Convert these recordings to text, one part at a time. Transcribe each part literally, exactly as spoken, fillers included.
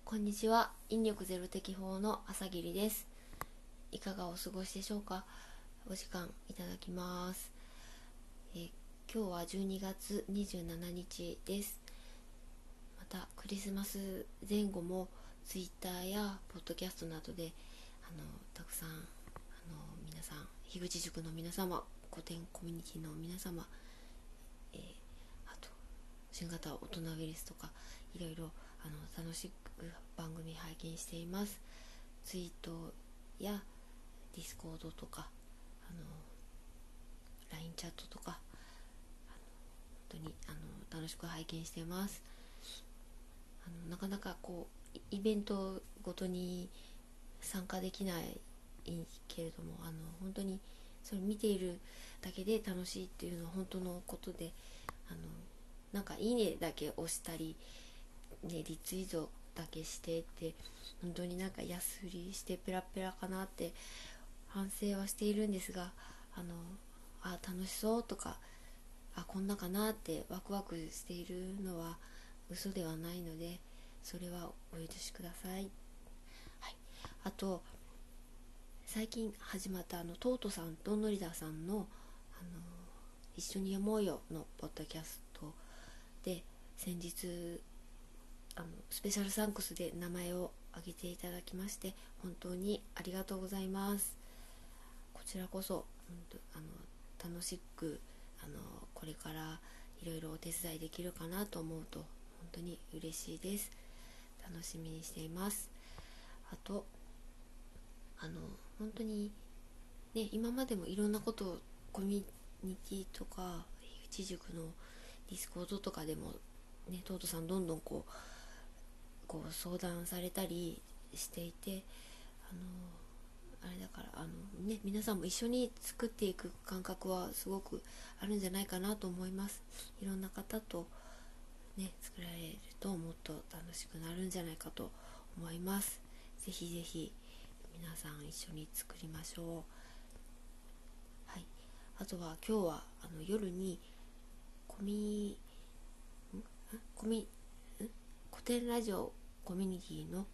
こんにちは。引力ゼロ適法の朝霧です。いかがお過ごしでしょうか。お時間いただきます。えー今日はじゅうにがつにじゅうしちにちです。またクリスマス前後もツイッターやポッドキャストなどであのたくさんあの皆さん、樋口塾の皆様、古典コミュニティの皆様、えーあと新型大人ウイルスとかいろいろあの楽しく番組拝見しています。ツイートやディスコードとかあの ライン チャットとか本当にあの楽しく拝見しています。あのなかなかこうイベントごとに参加できないけれども、あの本当にそれ見ているだけで楽しいっていうのは本当のことで、あのなんかいいねだけ押したり、ね、リツイートだけしてって本当になんか安売りしてペラペラかなって反省はしているんですが、あのあ楽しそうとか、あこんなかなってワクワクしているのは嘘ではないので、それはお許しください。はい、あと最近始まったあのトートさんとノリダさんの、あの一緒に読もうよのポッドキャストで先日あのスペシャルサンクスで名前を挙げていただきまして本当にありがとうございます。こちらこそ本当あの楽しくあのこれからいろいろお手伝いできるかなと思うと本当に嬉しいです。楽しみにしています。あとあの本当にね、今までもいろんなことをコミュニティとか樋口塾のディスコードとかでもね、トートさんどんどんこうこう相談されたりしていて、あのあれだからあの、ね、皆さんも一緒に作っていく感覚はすごくあるんじゃないかなと思います。いろんな方と、ね、作られるともっと楽しくなるんじゃないかと思います。ぜひぜひ皆さん一緒に作りましょう。はい、あとは今日はあの夜にコミんコミん古典ラジオコミュニティの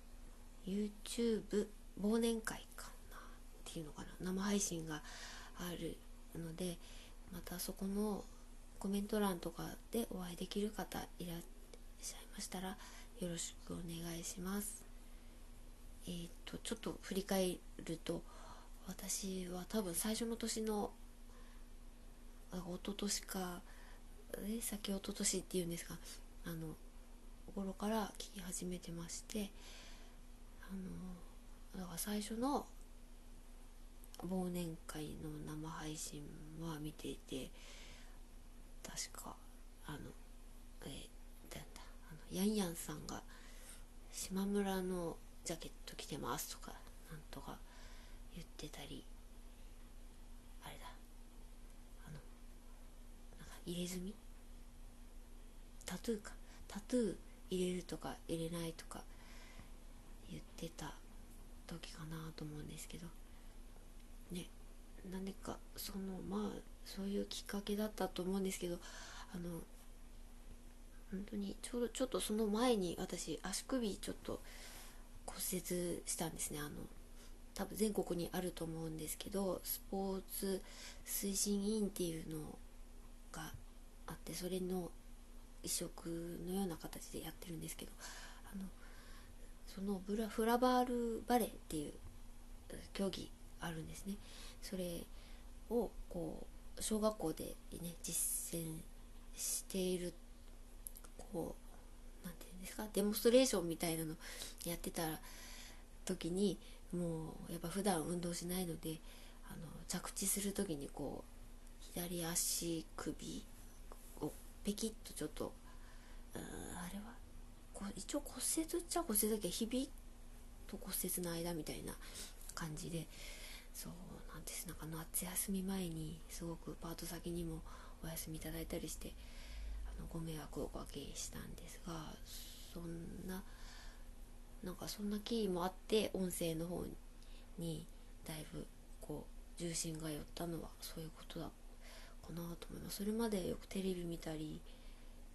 YouTube 忘年会かなっていうのかな、生配信があるので、またそこのコメント欄とかでお会いできる方いらっしゃいましたらよろしくお願いします。えー、っとちょっと振り返ると、私は多分最初の年のあ一昨年かえ先一昨年っていうんですか、あの頃から聞き始めてまして、あのだから最初の忘年会の生配信は見ていて、確かあのえー、なんだあのヤンヤンさんが島村のジャケット着てますとかなんとか言ってたり、あれだあのなんか入れ墨タトゥーかタトゥー入れるとか入れないとか言ってた時かなと思うんですけどね、なんでかそのまあそういうきっかけだったと思うんですけど、あの本当にちょうどちょっとその前に私足首ちょっと骨折したんですね。あの多分全国にあると思うんですけど、スポーツ推進委員っていうのがあって、それの移植のような形でやってるんですけど、あのそのブラフラバールバレーっていう競技あるんですね。それをこう小学校でね実践している、こうなんていうんですか、デモンストレーションみたいなのやってた時に、もうやっぱ普段運動しないので、あの着地する時にこう左足首をペキッとちょっと、あれはこう一応骨折っちゃ骨折だけど、ひびと骨折の間みたいな感じで、そうなんです。なんか夏休み前にすごくパート先にもお休みいただいたりして、あのご迷惑をおかけしたんですが、そんななんかそんな経緯もあって音声の方にだいぶこう重心が寄ったのはそういうことだかなと思います。それまでよくテレビ見たり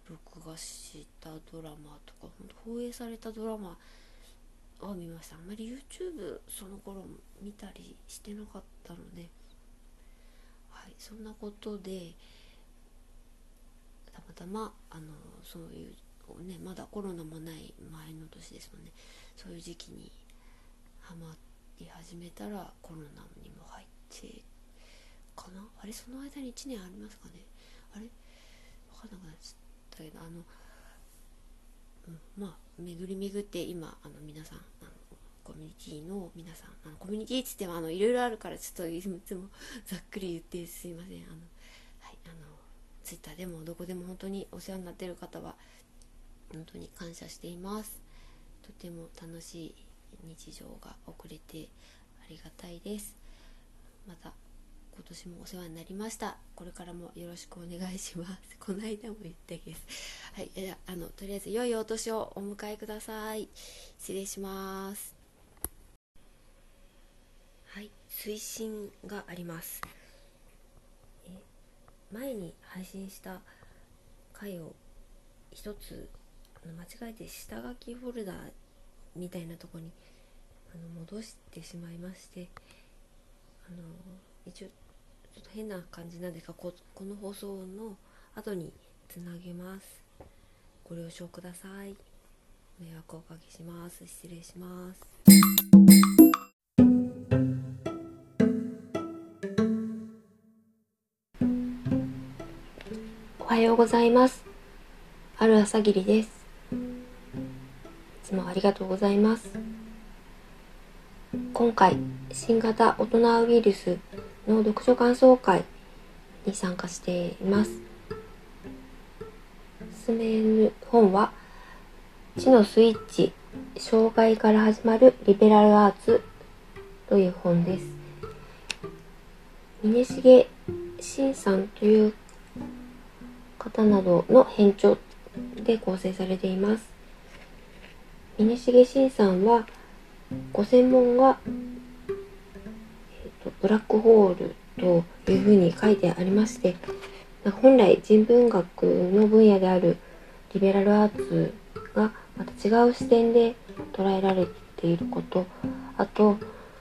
録画したドラマとか本当放映されたドラマは見ました。あんまり YouTube その頃見たりしてなかったので、はい、そんなことでたまたまあのそういうね、まだコロナもない前の年ですもんね、そういう時期にハマり始めたらコロナにも入ってかな、あれその間にいちねんありますかね、あれ分かんなくなっちゃったけど、あの、うん、まあ巡り巡って今あの皆さんあのコミュニティの皆さんあのコミュニティって言ってもあのいろいろあるからちょっといつもざっくり言ってすいません。あの、はい、あのツイッターでもどこでも本当にお世話になっている方は本当に感謝しています。とても楽しい日常が送れてありがたいです。また今年もお世話になりました。これからもよろしくお願いします。この間も言ったです。はい、じゃあ、あのとりあえず良いお年をお迎えください。失礼します。はい、推進があります。え前に配信した回を一つ間違えて下書きフォルダみたいなところにあの戻してしまいまして、あの一応ちょっと変な感じなんですが、 こ, この放送の後につなげます。ご了承ください。迷惑をおかけします。失礼します。おはようございます。ある朝霧です。いつもありがとうございます。今回新型大人ウイルスの読書感想会に参加しています。進める本は知のスイッチ、障害から始まるリベラルアーツという本です。峰重慎さんという方などの編著で構成されています。峰重慎さんはご専門が、えーと、ブラックホールというふうに書いてありまして、本来人文学の分野であるリベラルアーツがまた違う視点で捉えられていること、あと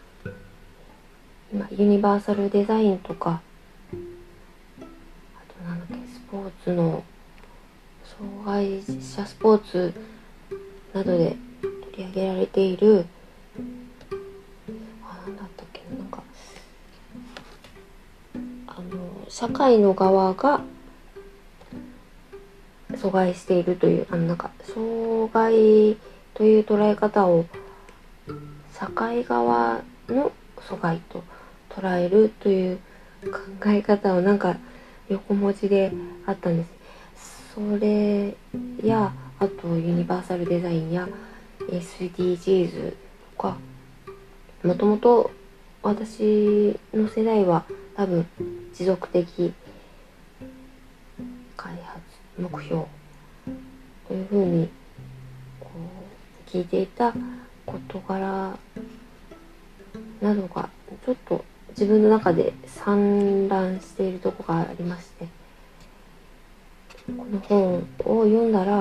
今ユニバーサルデザインとか、あとなんだっけ、スポーツの障害者スポーツなどで取り上げられている、あ、なんだったっけ、なんかあの社会の側が阻害しているという、あのなんか障害という捉え方を社会側の阻害と捉えるという考え方をなんか横文字であったんです。それやあとユニバーサルデザインや エスディージーズ とか、もともと私の世代は多分持続的開発目標というふうにこう聞いていた事柄などがちょっと自分の中で散乱しているところがありまして、この本を読んだら、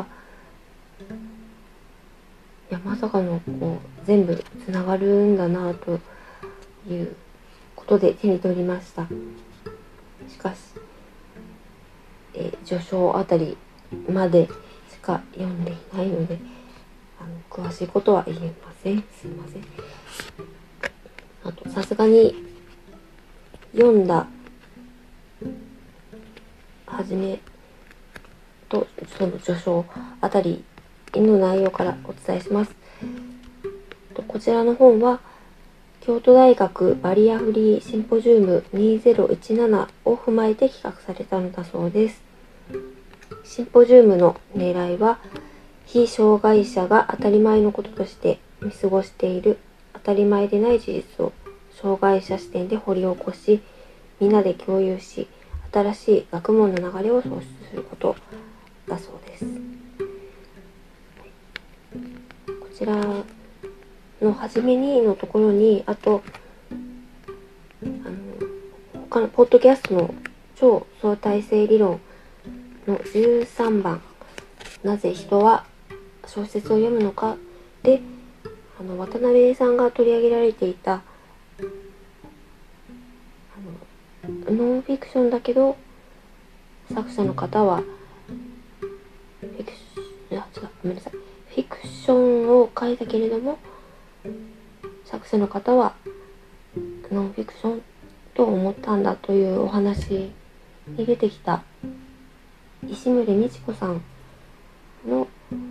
いやまさかのこう全部つながるんだなということで手に取りました。しかし、えー、序章あたりまでしか読んでいないので、あの詳しいことは言えません。すいません。あとさすがに読んだ初めとその序章あたりの内容からお伝えします。こちらの本は京都大学バリアフリーシンポジウムにせんじゅうななを踏まえて企画されたのだそうです。シンポジウムの狙いは、非障害者が当たり前のこととして見過ごしている当たり前でない事実を障害者視点で掘り起こし、みんなで共有し、新しい学問の流れを創出することだそうです。こちらの初めにのところに、あとあの他のポッドキャストの超相対性理論のじゅうさんばんなぜ人は小説を読むのかで、あの渡辺さんが取り上げられていたあのノンフィクションだけど作者の方はフィクション、あ、違う、ごめんなさい、フィクションを書いたけれども作者の方はノンフィクションと思ったんだというお話に出てきた石森美智子さんの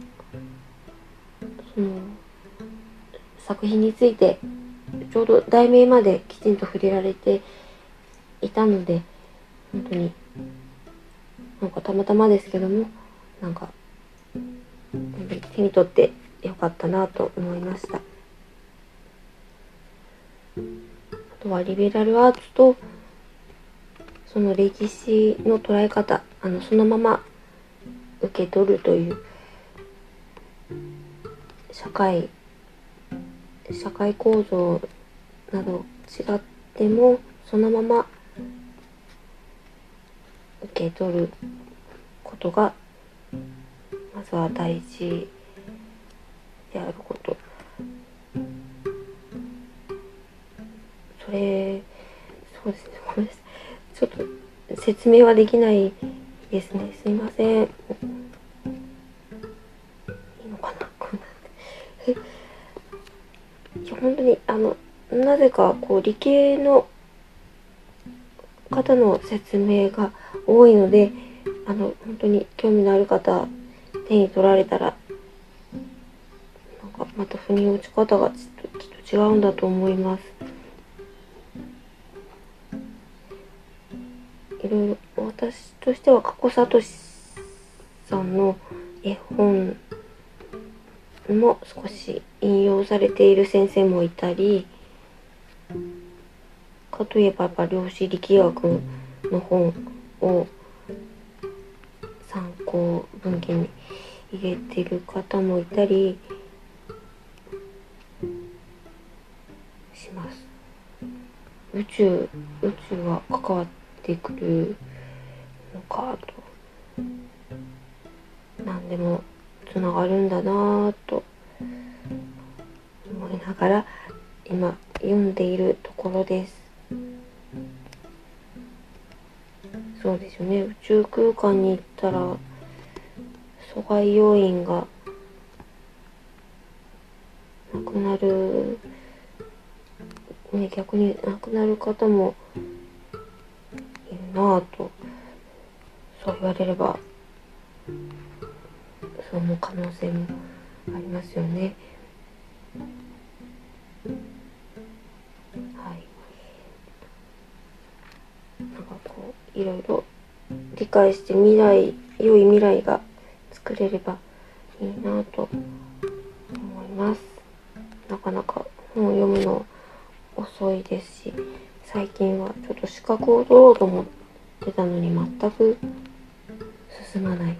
その作品についてちょうど題名まできちんと触れられていたので、本当になんかたまたまですけども、なんか手に取ってよかったなと思いました。あとはリベラルアーツとその歴史の捉え方、あのそのまま受け取るという社会社会構造など違ってもそのまま受け取ることがまずは大事であること。それそうですね、ごめんなさい、ちょっと説明はできないですね、すいません。いいのかな、こんなんでいや本当にあのなぜかこう理系の方の説明が多いので、あの本当に興味のある方手に取られたらなんかまた腑に落ち方がきっと、きっと違うんだと思います。いろいろ私としては加古聡さんの絵本も少し引用されている先生もいたり、かといえばやっぱ量子力学の本を参考文献に入れてる方もいたりします。宇宙宇宙は関わってくるのかと、何でもつながるんだなぁと思いながら今読んでいるところです。そうですよね、宇宙空間に行ったら阻害要因がなくなる、ね、逆になくなる方もいるなぁと、そう言われればその可能性もありますよね。はい、なんかこういろいろ理解して未来良い未来が作れればいいなと思います。なかなか本を読むの遅いですし、最近はちょっと資格を取ろうと思ってたのに全く進まない。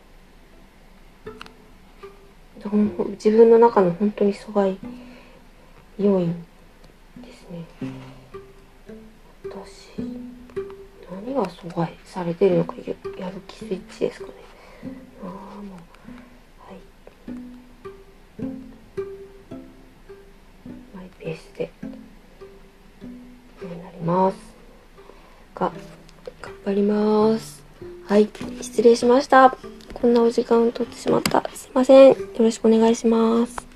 自分の中の本当に阻害要因ですね。私何が阻害されているのか、やる気スイッチですかね。ああもうはいマイペースでになりますが頑張ります。はい、失礼しました。こんなお時間を取ってしまった、すいません。よろしくお願いします。